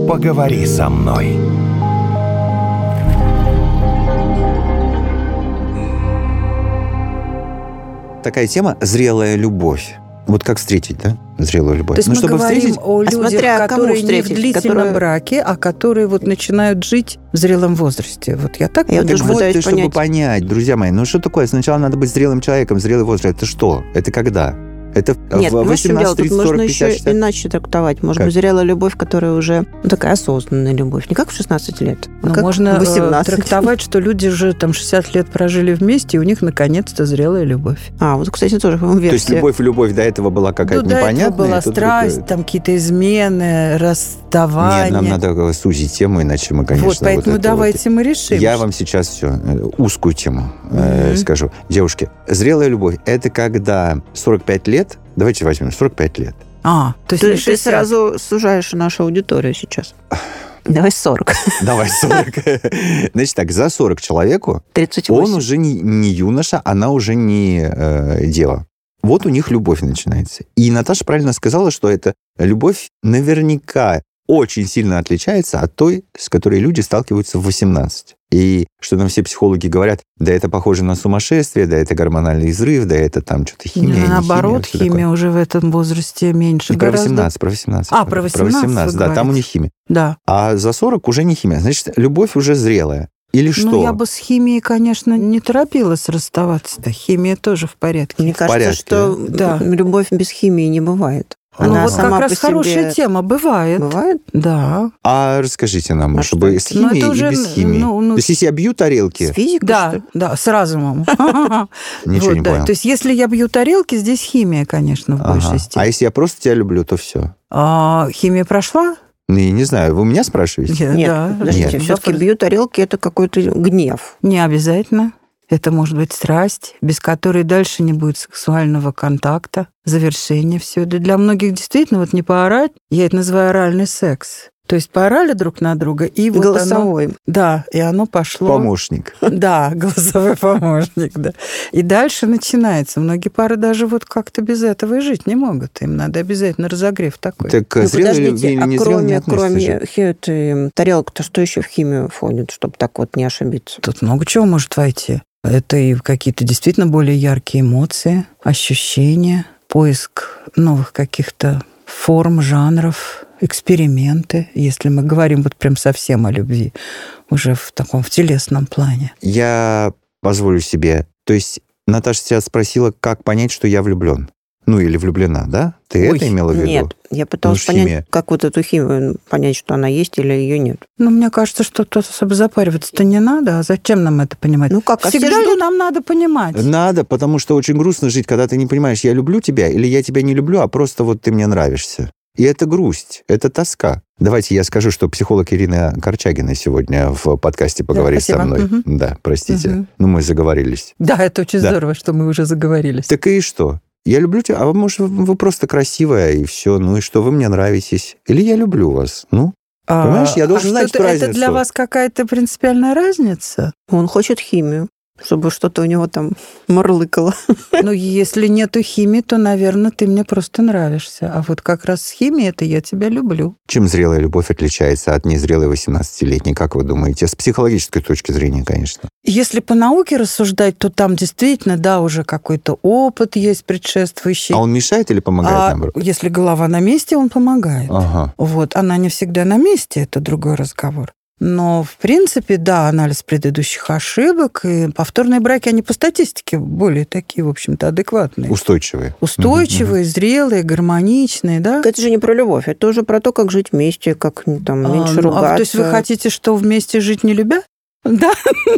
Поговори со мной. Такая тема — зрелая любовь. Вот как встретить, да, зрелую любовь? То есть мы говорим о людях, которые не в длительном браке, а которые вот начинают жить в зрелом возрасте. Вот я так понимаю. Вот, чтобы понять, друзья мои, что такое? Сначала надо быть зрелым человеком. Зрелый возраст — это что? Это когда? Это нет, в 18, 30, 40, можно 50, еще иначе трактовать. Может быть, зрелая любовь, которая уже такая осознанная любовь. Не как в 16 лет, а как можно в 18. трактовать, что люди уже там 60 лет прожили вместе, и у них наконец-то зрелая любовь. Вот, кстати, тоже версия. То есть любовь до этого была какая-то непонятная? До этого была страсть, там какие-то измены, расставания. Нет, нам надо сузить тему, иначе мы, конечно... Вот, поэтому давайте мы решим. Я вам сейчас узкую тему скажу. Девушки, зрелая любовь — это когда 45 лет. Давайте возьмем 45 лет. То есть ты сразу сужаешь нашу аудиторию сейчас. Давай 40. Давай 40. Значит так, за 40 человеку 38. Он уже не юноша, она уже не дева. Вот у них любовь начинается. И Наташа правильно сказала, что эта любовь наверняка очень сильно отличается от той, с которой люди сталкиваются в 18. И что нам все психологи говорят, да это похоже на сумасшествие, да это гормональный взрыв, да это там что-то химия. Да, наоборот, химия уже в этом возрасте меньше. Про 18. Про 18, да, там у них химия. Да. А за 40 уже не химия. Значит, любовь уже зрелая. Или что? Ну, я бы с химией, конечно, не торопилась расставаться-то. Химия тоже в порядке. Мне кажется, что любовь без химии не бывает. Она вот как раз хорошая тема. Бывает. Бывает? Да. А расскажите нам, чтобы с химией и без химии. То есть, если я бью тарелки... С физикой, да, да, с разумом. Ничего не понял. То есть, если я бью тарелки, здесь химия, конечно, в большей степени. А если я просто тебя люблю, то все? Химия прошла? Ну, я не знаю, вы меня спрашиваете? Нет, подождите, все-таки бью тарелки — это какой-то гнев. Не обязательно. Это может быть страсть, без которой дальше не будет сексуального контакта, завершения все. Да для многих действительно вот не поорать, я это называю оральный секс. То есть поорали друг на друга, и вот голосовой. Да, и оно пошло... Помощник. Да, голосовой помощник, да. И дальше начинается. Многие пары даже вот как-то без этого и жить не могут. Им надо обязательно разогрев такой. Так зрелый любви или не зрелый не относится? Кроме этой тарелки-то что еще в химию входит, чтобы так вот не ошибиться? Тут много чего может войти. Это и какие-то действительно более яркие эмоции, ощущения, поиск новых каких-то форм, жанров, эксперименты, если мы говорим вот прям совсем о любви, уже в таком в телесном плане. Я позволю себе... То есть Наташа тебя спросила, как понять, что я влюблен? Ну, или влюблена, да? Ты это имела в виду? Нет, я пыталась понять, как вот эту химию понять, что она есть или ее нет. Ну, мне кажется, что тут особо запариваться-то не надо. А зачем нам это понимать? Ну как? Всегда ли нам надо понимать? Надо, потому что очень грустно жить, когда ты не понимаешь, я люблю тебя или я тебя не люблю, а просто вот ты мне нравишься. И это грусть, это тоска. Давайте я скажу, что психолог Ирина Корчагина сегодня в подкасте «Поговори со мной». Угу. Да, простите. Ну, мы заговорились. Да, это очень здорово, что мы уже заговорились. Так и что? Я люблю тебя, а может, вы просто красивая, и все. Ну и что, вы мне нравитесь? Или я люблю вас? Ну, понимаешь, я должен знать разницу. Это для вас какая-то принципиальная разница? Он хочет химию, чтобы что-то у него там мурлыкало. Ну, если нету химии, то, наверное, ты мне просто нравишься. А вот как раз с химией это я тебя люблю. Чем зрелая любовь отличается от незрелой 18-летней, как вы думаете? С психологической точки зрения, конечно. Если по науке рассуждать, то там действительно, да, уже какой-то опыт есть предшествующий. А он мешает или помогает, наоборот? Если голова на месте, он помогает. Ага. Вот. Она не всегда на месте, это другой разговор. Но, в принципе, да, анализ предыдущих ошибок и повторные браки, они по статистике более такие, в общем-то, адекватные. Устойчивые. Устойчивые, зрелые, гармоничные, да. Это же не про любовь, это уже про то, как жить вместе, как там меньше ругаться. То есть вы хотите, что вместе жить не любя? Да?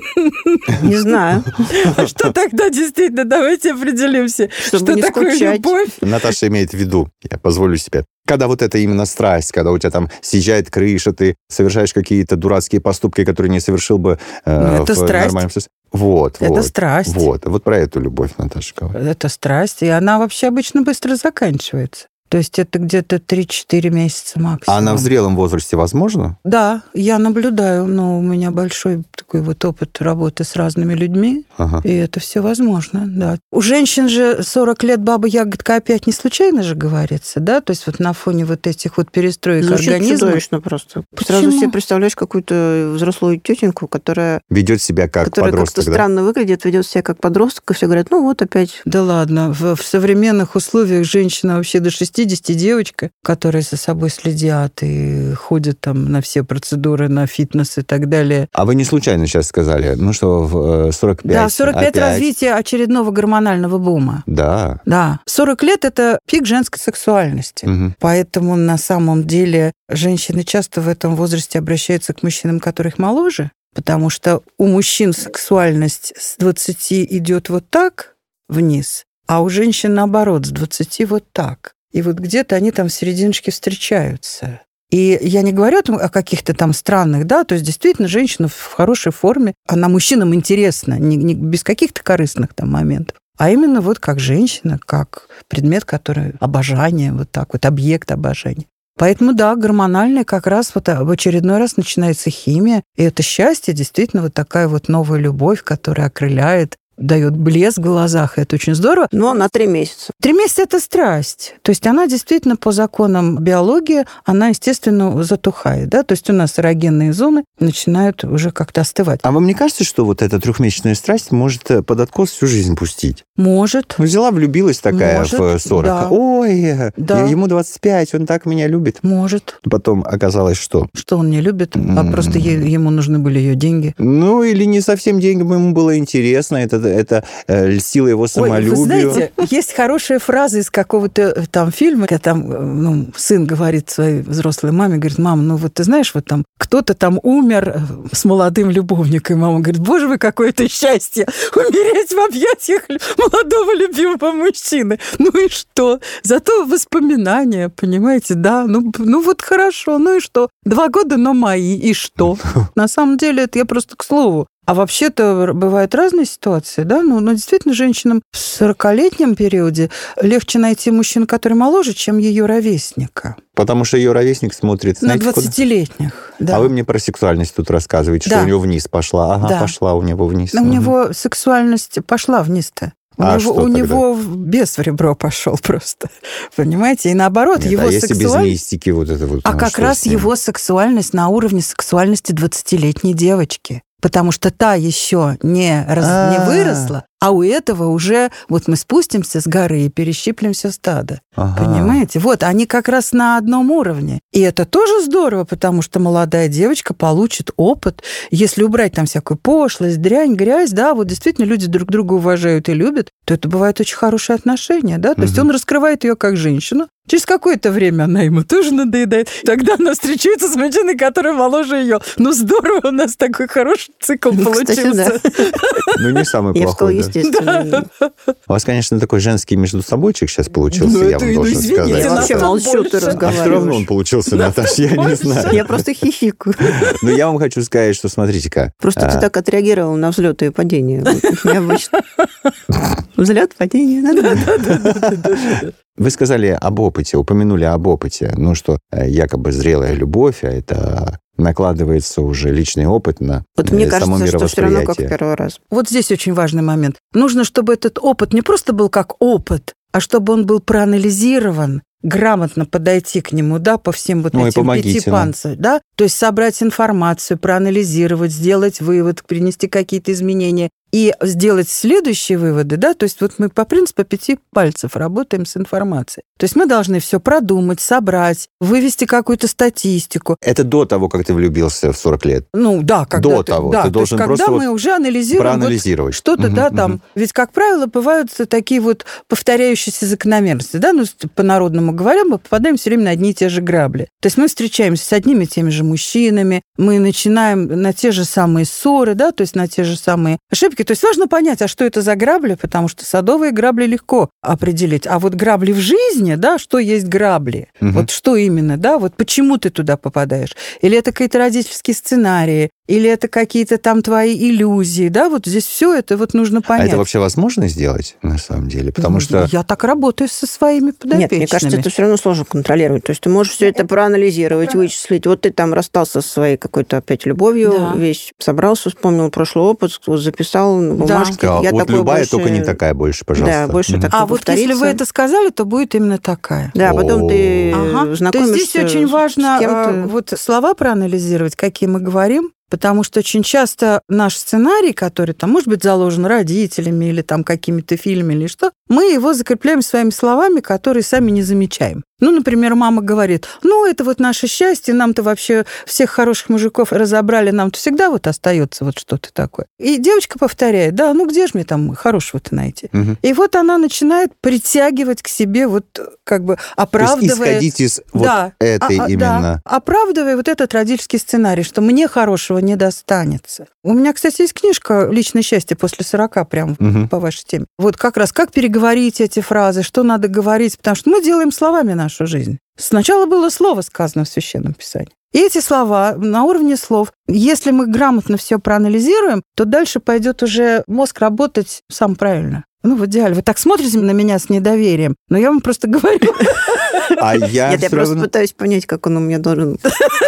Не знаю. Что тогда действительно? Давайте определимся, что такое любовь. Наташа имеет в виду, я позволю себе, когда вот это именно страсть, когда у тебя там съезжает крыша, ты совершаешь какие-то дурацкие поступки, которые не совершил бы в нормальном состоянии. Вот. Это страсть. Вот про эту любовь Наташа говорит. Это страсть, и она вообще обычно быстро заканчивается. То есть это где-то 3-4 месяца максимум. А на в зрелом возрасте возможно? Да, я наблюдаю, но у меня большой такой вот опыт работы с разными людьми, и это все возможно, да. У женщин же 40 лет баба-ягодка опять не случайно же говорится, да? То есть вот на фоне вот этих вот перестроек организма. Чудовищно просто. Почему? Сразу себе представляешь какую-то взрослую тетеньку, которая ведет себя как подросток, как-то странно выглядит, ведет себя как подросток, и все говорят, ну вот опять. Да ладно, в современных условиях женщина вообще до 60 девочка, которые за собой следят и ходят там на все процедуры, на фитнес и так далее. А вы не случайно сейчас сказали, ну что, в 45... Да, 45 опять... развития очередного гормонального бума. Да. Да. 40 лет – это пик женской сексуальности. Угу. Поэтому на самом деле женщины часто в этом возрасте обращаются к мужчинам, которых моложе, потому что у мужчин сексуальность с 20 идет вот так вниз, а у женщин, наоборот, с 20 вот так. И вот где-то они там в серединочке встречаются. И я не говорю о каких-то там странных, да, то есть действительно женщина в хорошей форме, она мужчинам интересна, не без каких-то корыстных там моментов, а именно вот как женщина, как предмет, который обожание, вот так вот, объект обожания. Поэтому, да, гормональная как раз вот в очередной раз начинается химия, и это счастье, действительно, вот такая вот новая любовь, которая окрыляет, дает блеск в глазах, и это очень здорово. Но на 3 месяца. 3 месяца – это страсть. То есть она действительно по законам биологии, она, естественно, затухает. Да? То есть у нас эрогенные зоны начинают уже как-то остывать. А вам не кажется, что вот эта 3-месячная страсть может под откос всю жизнь пустить? Может. Взяла, влюбилась такая может, в 40. Да. Ой, да. Ему 25, он так меня любит. Может. Потом оказалось, что... Что он не любит, а просто ему нужны были ее деньги. Ну, или не совсем деньги, ему было интересно, это льстило его самолюбию. Ой, вы знаете, есть хорошая фраза из какого-то там фильма, когда там сын говорит своей взрослой маме, говорит, мама, ну вот ты знаешь, вот там кто-то там умер с молодым любовником. И мама говорит, боже мой, какое это счастье, умереть в объятиях молодого любимого мужчины. Ну и что? Зато воспоминания, понимаете, да, ну вот хорошо, ну и что? 2 года, но мои, и что? На самом деле, это я просто к слову. А вообще-то бывают разные ситуации, да? Но действительно, женщинам в 40-летнем периоде легче найти мужчину, который моложе, чем ее ровесника. Потому что ее ровесник смотрит, знаете, на 20-летних, да. А вы мне про сексуальность тут рассказываете, что у него вниз пошла. Ага, да. Пошла у него вниз. Но у него сексуальность пошла вниз-то. У него бес в ребро пошел просто. Понимаете? И наоборот, нет, его сексуальность... без мистики вот это вот. А как раз его сексуальность на уровне сексуальности 20-летней девочки. Потому что та еще не выросла, а у этого уже вот мы спустимся с горы и перещиплем все стадо. Понимаете? Вот, они как раз на одном уровне. И это тоже здорово, потому что молодая девочка получит опыт. Если убрать там всякую пошлость, дрянь, грязь, да, вот действительно люди друг друга уважают и любят, то это бывает очень хорошие отношения, да? То есть он раскрывает ее как женщину. Через какое-то время она ему тоже надоедает. Тогда она встречается с мужчиной, который моложе ее. Ну, здорово, у нас такой хороший цикл получился. Ну, не самый плохой, естественно. У вас, конечно, такой женский между собойчик сейчас получился, я вам должен сказать. Я вообще молчу, ты разговариваешь. А все равно он получился, Наташа, я не знаю. Я просто хихикаю. Но я вам хочу сказать, что смотрите-ка. Просто ты так отреагировал на взлеты и падения. Необычно. Взлет, падение. Вы сказали об опыте, упомянули об опыте. Ну, что якобы зрелая любовь, а это накладывается уже личный опыт на вот мне кажется, что все равно как в первый раз. Вот здесь очень важный момент. Нужно, чтобы этот опыт не просто был как опыт, а чтобы он был проанализирован, грамотно подойти к нему, да, по всем вот этим 5 панцирям, да, то есть собрать информацию, проанализировать, сделать вывод, принести какие-то изменения и сделать следующие выводы, да, то есть вот мы по принципу 5 пальцев работаем с информацией. То есть мы должны все продумать, собрать, вывести какую-то статистику. Это до того, как ты влюбился в 40 лет? Ну, да, когда до того. Да, ты должен когда просто мы уже анализируем проанализировать. Вот что-то, да, там. Ведь, как правило, бывают такие вот повторяющиеся закономерности, да, ну, по-народному говоря, мы попадаем все время на одни и те же грабли. То есть мы встречаемся с одними и теми же мужчинами, мы начинаем на те же самые ссоры, да, то есть на те же самые ошибки. То есть важно понять, а что это за грабли, потому что садовые грабли легко определить. А вот грабли в жизни, да, что есть грабли? Вот что именно, да, вот почему ты туда попадаешь? Или это какие-то родительские сценарии, или это какие-то там твои иллюзии, да, вот здесь все это вот нужно понять. А это вообще возможно сделать, на самом деле? Потому что... Я так работаю со своими подопечными. Нет, мне кажется, это все равно сложно контролировать. То есть ты можешь все это проанализировать, вычислить. Вот ты там расстался со своей какой-то опять любовью, весь собрался, вспомнил прошлый опыт, записал на бумажке. Сказал, я вот такой любая, больше... только не такая больше, пожалуйста. Да, больше такой вот если вы это сказали, то будет именно такая. Да, потом ты знакомишься. То есть здесь очень важно вот слова проанализировать, какие мы говорим, потому что очень часто наш сценарий, который там может быть заложен родителями или там какими-то фильмами или что, мы его закрепляем своими словами, которые сами не замечаем. Ну, например, мама говорит, это вот наше счастье, нам-то вообще всех хороших мужиков разобрали, нам-то всегда вот остается вот что-то такое. И девочка повторяет, где же мне там хорошего-то найти? Угу. И вот она начинает притягивать к себе вот как бы оправдывая... То есть исходить из вот этой именно... Да, оправдывая вот этот родительский сценарий, что мне хорошего не достанется. У меня, кстати, есть книжка «Личное счастье после 40», прям по вашей теме. Вот как раз как переговорить эти фразы, что надо говорить, потому что мы делаем словами нашу жизнь. Сначала было слово сказано в Священном Писании. И эти слова на уровне слов, если мы грамотно все проанализируем, то дальше пойдет уже мозг работать сам правильно. В идеале. Вы так смотрите на меня с недоверием, но я вам просто говорю. Я просто пытаюсь понять, как он у меня должен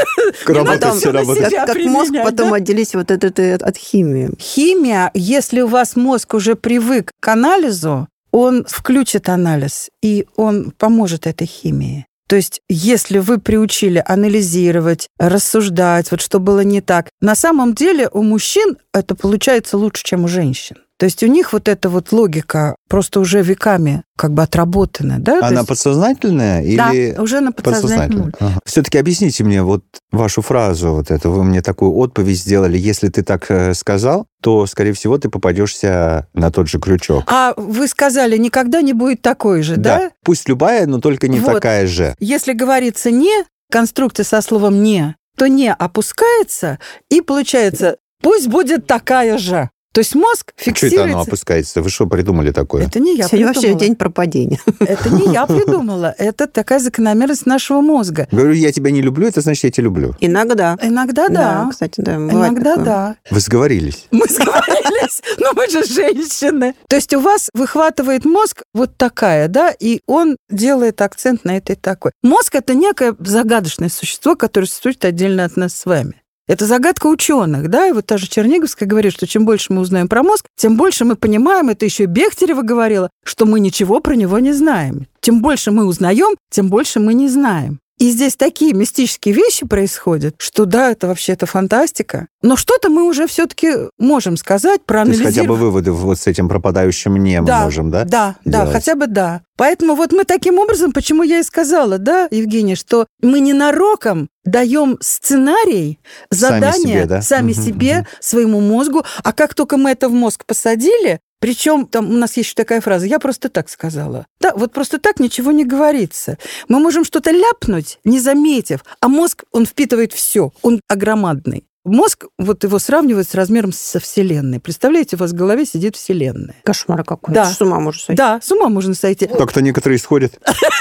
работать. Как мозг потом отделить вот это от химии. Химия, если у вас мозг уже привык к анализу, он включит анализ, и он поможет этой химии. То есть, если вы приучили анализировать, рассуждать, вот что было не так, на самом деле у мужчин это получается лучше, чем у женщин. То есть у них вот эта вот логика просто уже веками как бы отработана, да? Она подсознательная или... Да, уже на подсознательном. Ага. Все-таки объясните мне вот вашу фразу вот эту. Вы мне такую отповедь сделали. Если ты так сказал, то, скорее всего, ты попадешься на тот же крючок. А вы сказали, никогда не будет такой же, да? Пусть любая, но только не такая же. Если говорится «не», конструкция со словом «не», то «не» опускается, и получается «пусть будет такая же». То есть мозг фиксируется... Что это оно опускается? Вы что придумали такое? Это не я придумала. Сегодня вообще день пропадения. Это не я придумала. Это такая закономерность нашего мозга. Говорю, я тебя не люблю, это значит, я тебя люблю. Иногда. Иногда да. Кстати, да. Иногда да. Вы сговорились. Мы сговорились, но мы же женщины. То есть у вас выхватывает мозг вот такая, да, и он делает акцент на этой такой. Мозг – это некое загадочное существо, которое существует отдельно от нас с вами. Это загадка ученых, да, и вот та же Черниговская говорит, что чем больше мы узнаем про мозг, тем больше мы понимаем, это еще и Бехтерева говорила, что мы ничего про него не знаем. Чем больше мы узнаем, тем больше мы не знаем. И здесь такие мистические вещи происходят, что да, это вообще-то фантастика. Но что-то мы уже все-таки можем сказать, проанализировать. То есть хотя бы выводы вот с этим пропадающим «не» мы можем, да? Да, хотя бы да. Поэтому вот мы таким образом, почему я и сказала, да, Евгений, что мы ненароком даем сценарий, задание сами себе, своему мозгу, а как только мы это в мозг посадили, причем там у нас есть еще такая фраза «я просто так сказала». Да, вот просто так ничего не говорится. Мы можем что-то ляпнуть, не заметив, а мозг, он впитывает все, он огромадный. Мозг, вот его сравнивают с размером со Вселенной. Представляете, у вас в голове сидит Вселенная. Кошмар какой-то. Да. С ума можно сойти. Да, с ума можно сойти. Так-то некоторые исходят.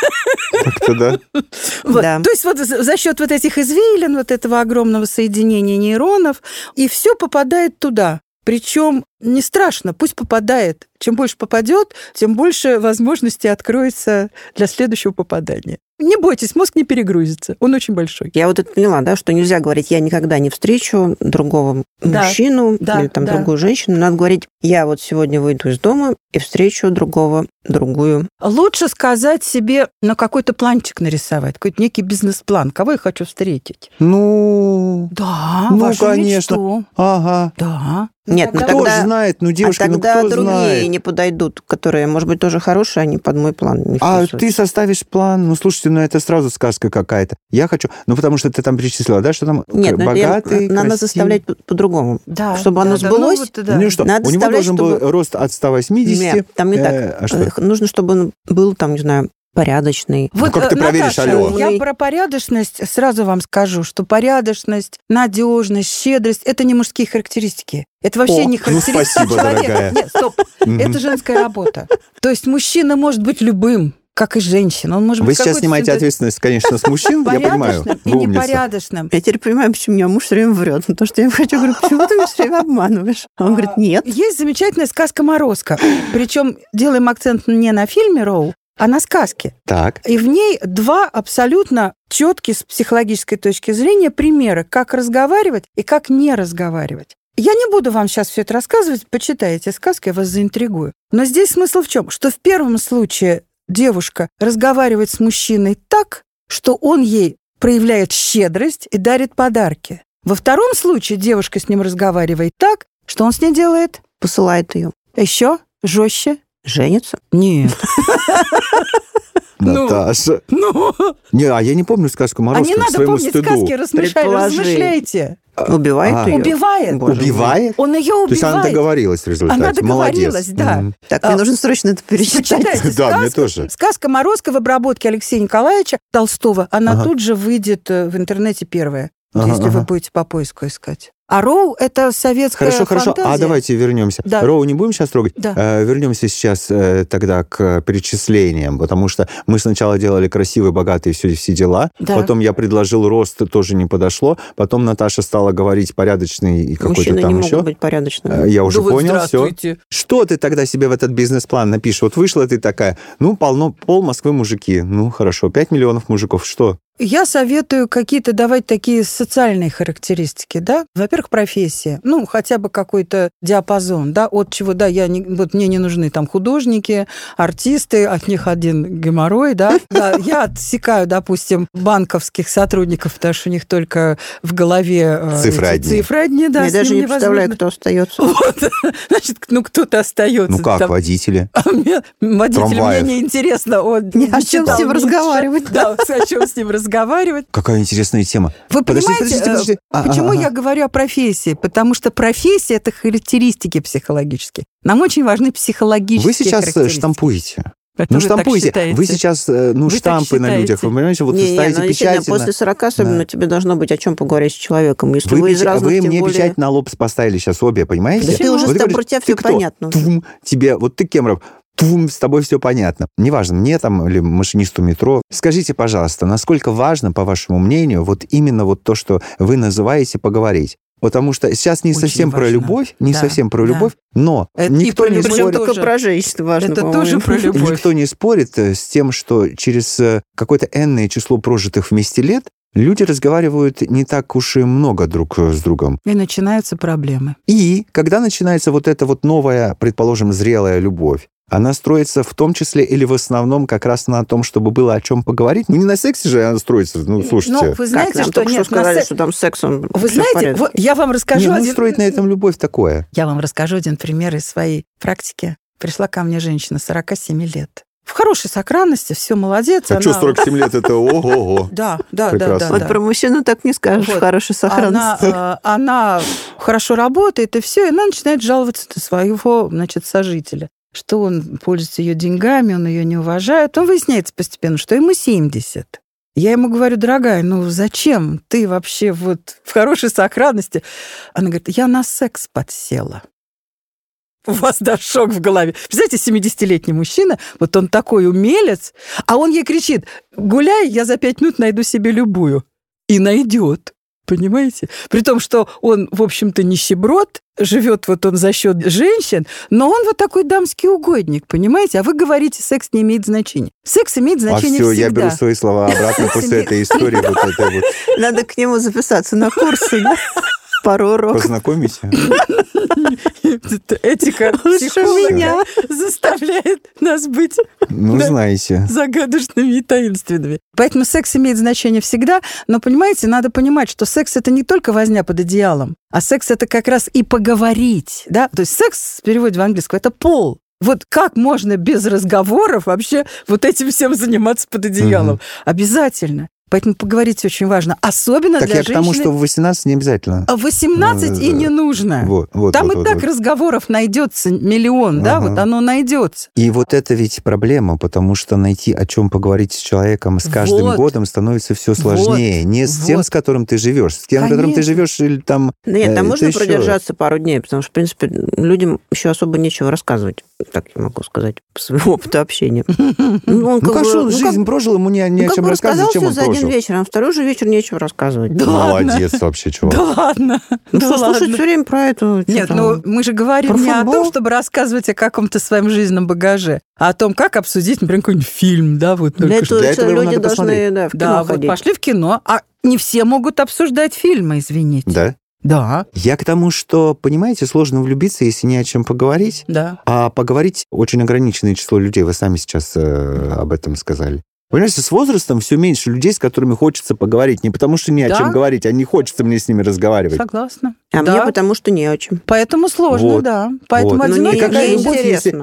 Так-то да. То есть вот за счет вот этих извилин, вот этого огромного соединения нейронов, и все попадает туда. Причем не страшно, пусть попадает. Чем больше попадет, тем больше возможностей откроется для следующего попадания. Не бойтесь, мозг не перегрузится, он очень большой. Я вот это поняла, да, что нельзя говорить, я никогда не встречу другого мужчину или там другую женщину. Надо говорить, я вот сегодня выйду из дома и встречу другую. Лучше сказать себе, какой-то планчик нарисовать, какой-то некий бизнес-план, кого я хочу встретить. Да, вашу конечно. Мечту. Ага. Да. Нет, кто знает, девушки, тогда кто другие знает? не подойдут, которые, может быть, тоже хорошие, они под мой план не вписываются. Ты составишь план, слушайте, это сразу сказка какая-то. Я хочу, потому что ты там перечислила, да, что там богатый, надо заставлять по-другому. Да, чтобы оно сбылось, что, надо у него должен был рост от 180. Нет, там не так. Нужно, чтобы он был, там, не знаю, порядочный. Вот, как ты проверишь, Наташа, я про порядочность сразу вам скажу, что порядочность, надежность, щедрость – это не мужские характеристики. Это вообще не характеристика спасибо, человека. дорогая. Нет, стоп. Это женская работа. То есть мужчина может быть любым, как и женщин. Он может Вы быть сейчас снимаете ответственность, конечно, с мужчин, я понимаю. И непорядочным. Я теперь понимаю, почему меня муж все время врет. То, что я хочу, говорю, почему ты меня все время обманываешь? А он говорит, нет. Есть замечательная сказка «Морозко». Причем делаем акцент не на фильме «Роу», а на сказке. Так. И в ней два абсолютно четкие с психологической точки зрения примера, как разговаривать и как не разговаривать. Я не буду вам сейчас все это рассказывать, почитайте сказки, я вас заинтригую. Но здесь смысл в чем? Что в первом случае девушка разговаривает с мужчиной так, что он ей проявляет щедрость и дарит подарки. Во втором случае девушка с ним разговаривает так, что он с ней делает? Посылает ее. Еще жестче. Женится? Нет. Наташа. Не, а я не помню сказку «Морозко», а не надо помнить сказки, размышляйте. Убивает ее? Убивает. Убивает? Он ее убивает. То есть она договорилась в результате. Она договорилась, да. Так, мне нужно срочно это перечитать. Да, мне тоже. Сказка «Морозко» в обработке Алексея Николаевича Толстого, она тут же выйдет в интернете первая, если вы будете по поиску искать. А «Роу» — это советская фантазия. Хорошо. А давайте вернемся. Да. «Роу» не будем сейчас трогать? Да. Вернемся сейчас тогда к перечислениям, потому что мы сначала делали красивые, богатые все дела, Да. потом я предложил рост, тоже не подошло, потом Наташа стала говорить порядочный и какой-то Мужчины там не еще. могут быть порядочными. Я уже понял, все. Здравствуйте. Что ты тогда себе в этот бизнес-план напишешь? Вот вышла ты такая, пол Москвы мужики, хорошо, 5 миллионов мужиков, что? Я советую какие-то давать такие социальные характеристики, да. Во-первых, профессия, хотя бы какой-то диапазон, да, от чего, да, мне не нужны там художники, артисты, от них один геморрой, да. Да, я отсекаю, допустим, банковских сотрудников, потому что у них только в голове цифры одни, да. Я даже не представляю, кто остается. Вот, значит, кто-то остается. Как, водители? Водители мне не интересно. О чем с ним разговаривать? Да, о чем с ним разговаривать. Какая интересная тема. Вы понимаете, почему я говорю о профессии? Потому что профессия – это характеристики психологические. Нам очень важны психологические характеристики. Вы сейчас штампуете. Это штампуйте. Вы сейчас, штампы на людях, вы понимаете, вот вы ставите печать. После 40 особенно тебе должно быть о чем поговорить с человеком. Если вы из разных, вы мне печать на лоб поставили сейчас обе, понимаете? Да ты уже про тебя все понятно. Тебе, вот ты, Кемров, с тобой все понятно. Неважно, мне там или машинисту метро. Скажите, пожалуйста, насколько важно, по вашему мнению, вот именно вот то, что вы называете поговорить? Потому что сейчас не совсем про любовь, но никто не спорит. Причем только про женщин важно, это тоже про любовь. Никто не спорит с тем, что через какое-то энное число прожитых вместе лет люди разговаривают не так уж и много друг с другом. И начинаются проблемы. И когда начинается вот эта вот новая, предположим, зрелая любовь, она строится в том числе или в основном как раз на том, чтобы было о чем поговорить? Не на сексе же она строится, слушайте. Но вы знаете, что нет, сказали, что там с сексом. Вы знаете, я вам расскажу строить на этом любовь такое. Я вам расскажу один пример из своей практики. Пришла ко мне женщина 47 лет. В хорошей сохранности, все молодец. А что 47 лет, это ого-го. Да. Вот про мужчину так не скажешь, в хорошей сохранности. Она хорошо работает, и все, и она начинает жаловаться на своего, сожителя. Что он пользуется ее деньгами, он ее не уважает. Он выясняется постепенно, что ему 70. Я ему говорю, дорогая, зачем ты вообще вот в хорошей сохранности? Она говорит, я на секс подсела. У вас даже шок в голове. Представляете, 70-летний мужчина, вот он такой умелец, а он ей кричит, гуляй, я за 5 минут найду себе любую. И найдет. Понимаете? При том, что он, в общем-то, нищеброд, живет вот он за счет женщин, но он вот такой дамский угодник, понимаете? А вы говорите, секс не имеет значения. Секс имеет значение всегда. Я беру свои слова обратно после этой истории. Надо к нему записаться на курсы, да? Пару уроков. Познакомить. Этика психолога заставляет нас быть знаете, загадочными и таинственными. Поэтому секс имеет значение всегда, но, понимаете, надо понимать, что секс – это не только возня под одеялом, а секс – это как раз и поговорить. Да? То есть секс, в переводе в английском, это пол. Вот как можно без разговоров вообще вот этим всем заниматься под одеялом? Обязательно. Поэтому поговорить очень важно. Особенно так для я женщины... к тому, что в 18 не обязательно. А в 18 и не нужно. Там и так разговоров найдется миллион, да, вот оно найдется. И вот это ведь проблема, потому что найти, о чем поговорить с человеком с каждым годом становится все сложнее. Не с тем, с которым ты живешь. С тем, с которым ты живешь, или там... Нет, там можно продержаться пару дней, потому что, в принципе, людям еще особо нечего рассказывать. Так я могу сказать, по своему опыту общения. Жизнь прожил, ему не о чем рассказывать, чем он прожил. За один вечер, а второй же вечер нечего рассказывать. Да молодец вообще, чувак. Да ладно. Слушать все время про это. Нет, ну мы же говорим не о том, чтобы рассказывать о каком-то своем жизненном багаже, а о том, как обсудить, например, какой-нибудь фильм, да, вот только что. Для этого люди должны, в кино ходить. Вот пошли в кино, а не все могут обсуждать фильмы, извините. Да? Да. Я к тому, что, понимаете, сложно влюбиться, если не о чем поговорить. Да. А поговорить очень ограниченное число людей. Вы сами сейчас об этом сказали. Понимаете, с возрастом все меньше людей, с которыми хочется поговорить. Не потому, что не о чем говорить, а не хочется мне с ними разговаривать. Согласна. А мне потому, что не о чем. Поэтому сложно, да. Поэтому одиноких интересно.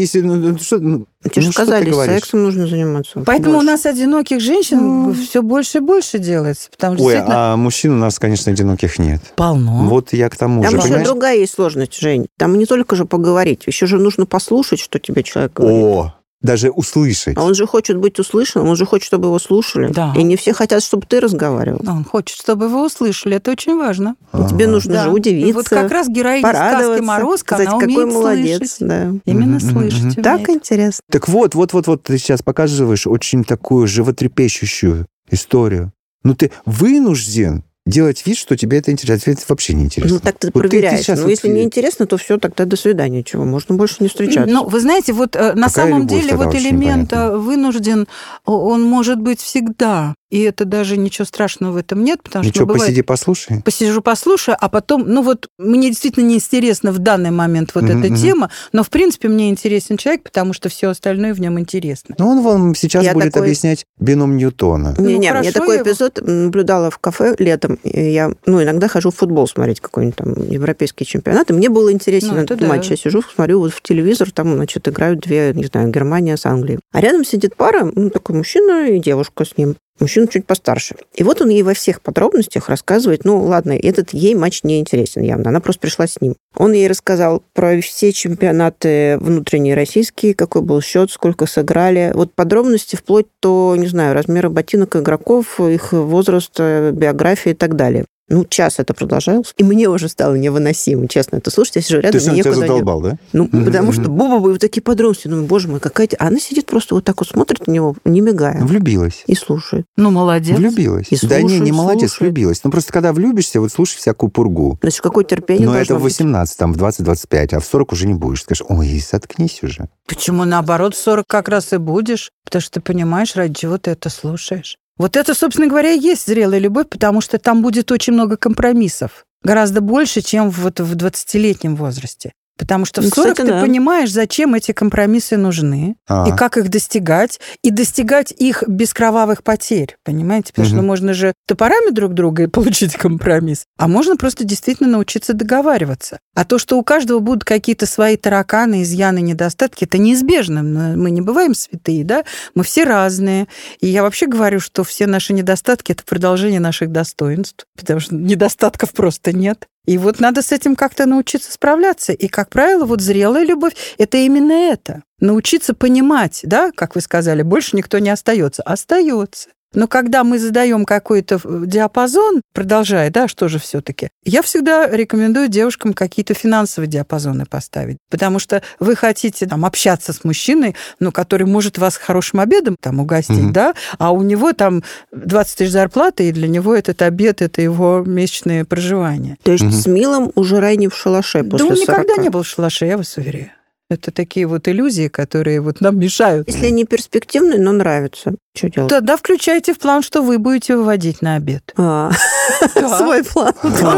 Те же сказали, сексом нужно заниматься. Поэтому у нас одиноких женщин все больше и больше делается. Потому что а мужчин у нас, конечно, одиноких нет. Полно. Вот я к тому же. Там еще другая есть сложность, Жень. Там не только же поговорить, еще же нужно послушать, что тебе человек говорит. Даже услышать. А он же хочет быть услышанным, он же хочет, чтобы его слушали. Да. И не все хотят, чтобы ты разговаривал. Он хочет, чтобы его услышали. Это очень важно. И тебе нужно же удивиться, и вот как раз героиня сказки «Морозко», сказать, она какой умеет молодец. слышать. Да. Именно слышать умеет. Так интересно. Так вот, ты сейчас показываешь очень такую животрепещущую историю. Ну, ты вынужден делать вид, что тебе это интересно. Это вообще не интересно. Ну, так ты проверяешь. Если не интересно, то все, тогда до свидания. Чего? Можно больше не встречаться. Ну, вы знаете, вот на самом деле вот элемент вынужден, он может быть всегда. И это даже ничего страшного в этом нет, потому что бывает... посиди, послушай. Посижу, послушаю, а потом, мне действительно неинтересна в данный момент вот эта тема, но, в принципе, мне интересен человек, потому что все остальное в нем интересно. Ну, он вам сейчас будет объяснять бином Ньютона. Я такой эпизод наблюдала в кафе летом. Я, иногда хожу в футбол смотреть какой-нибудь там европейский чемпионат, и мне было интересен этот матч. Я сижу, смотрю вот в телевизор, там, значит, играют две, не знаю, Германия с Англией. А рядом сидит пара, такой мужчина и девушка с ним. Мужчина чуть постарше. И вот он ей во всех подробностях рассказывает, ладно, этот ей матч не интересен явно, она просто пришла с ним. Он ей рассказал про все чемпионаты внутренние российские, какой был счет, сколько сыграли. Вот подробности вплоть до, не знаю, размера ботинок игроков, их возраст, биография и так далее. Час это продолжалось, и мне уже стало невыносимо, честно, это слушать. Я сижу рядом, мне некуда. Ты тебя задолбал, да? Потому что Бубова и вот такие подробности. Боже мой, какая-то... А она сидит просто вот так вот, смотрит на него, не мигая. Влюбилась. И слушает. Молодец. Влюбилась. И слушает, не молодец, влюбилась. Просто когда влюбишься, слушай всякую пургу. Значит, какое терпение должно быть. Но это в 18, в 20-25, а в 40 уже не будешь. Скажешь, заткнись уже. Почему наоборот, в 40 как раз и будешь? Потому что ты понимаешь, ради чего ты это слушаешь. Вот это, собственно говоря, и есть зрелая любовь, потому что там будет очень много компромиссов. Гораздо больше, чем в 20-летнем возрасте. Потому что в 40 ты понимаешь, зачем эти компромиссы нужны, и как их достигать, и достигать их без кровавых потерь, понимаете? Потому что можно же топорами друг друга и получить компромисс, а можно просто действительно научиться договариваться. А то, что у каждого будут какие-то свои тараканы, изъяны, недостатки, это неизбежно. Мы не бываем святые, да? Мы все разные. И я вообще говорю, что все наши недостатки – это продолжение наших достоинств, потому что недостатков просто нет. И вот надо с этим как-то научиться справляться. И, как правило, вот зрелая любовь – это именно это. Научиться понимать, да, как вы сказали, больше никто не остается. Остается. Но когда мы задаем какой-то диапазон, продолжая, да, что же все-таки, я всегда рекомендую девушкам какие-то финансовые диапазоны поставить. Потому что вы хотите общаться с мужчиной, который может вас хорошим обедом угостить, да, а у него 20 тысяч зарплаты, и для него этот обед – это его месячное проживание. То есть с Милом уже рай не в шалаше после 40? Да он никогда не был в шалаше, я вас уверяю. Это такие вот иллюзии, которые вот нам мешают. Если не перспективный, но нравится, что делать? Тогда включайте в план, что вы будете выводить на обед. Свой план.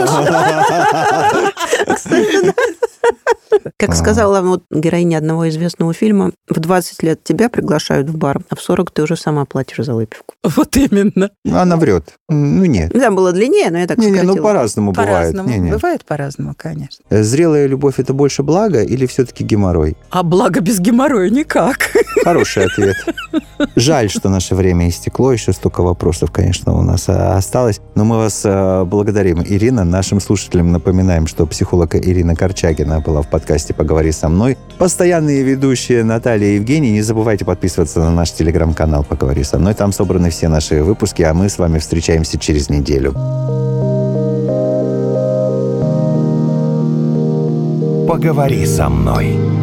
Кстати, как сказала героиня одного известного фильма, в 20 лет тебя приглашают в бар, а в 40 ты уже сама платишь за выпивку. Вот именно. Она врет. Нет. Да, было длиннее, но я так сократила. По-разному бывает. Бывает по-разному, конечно. Зрелая любовь – это больше благо или все-таки геморрой? А благо без геморроя никак. Хороший ответ. Жаль, что наша наше время истекло, еще столько вопросов, конечно, у нас осталось. Но мы вас благодарим, Ирина. Нашим слушателям напоминаем, что психолог Ирина Корчагина была в подкасте «Поговори со мной». Постоянные ведущие Наталья и Евгений. Не забывайте подписываться на наш телеграм-канал «Поговори со мной». Там собраны все наши выпуски, а мы с вами встречаемся через неделю. «Поговори со мной».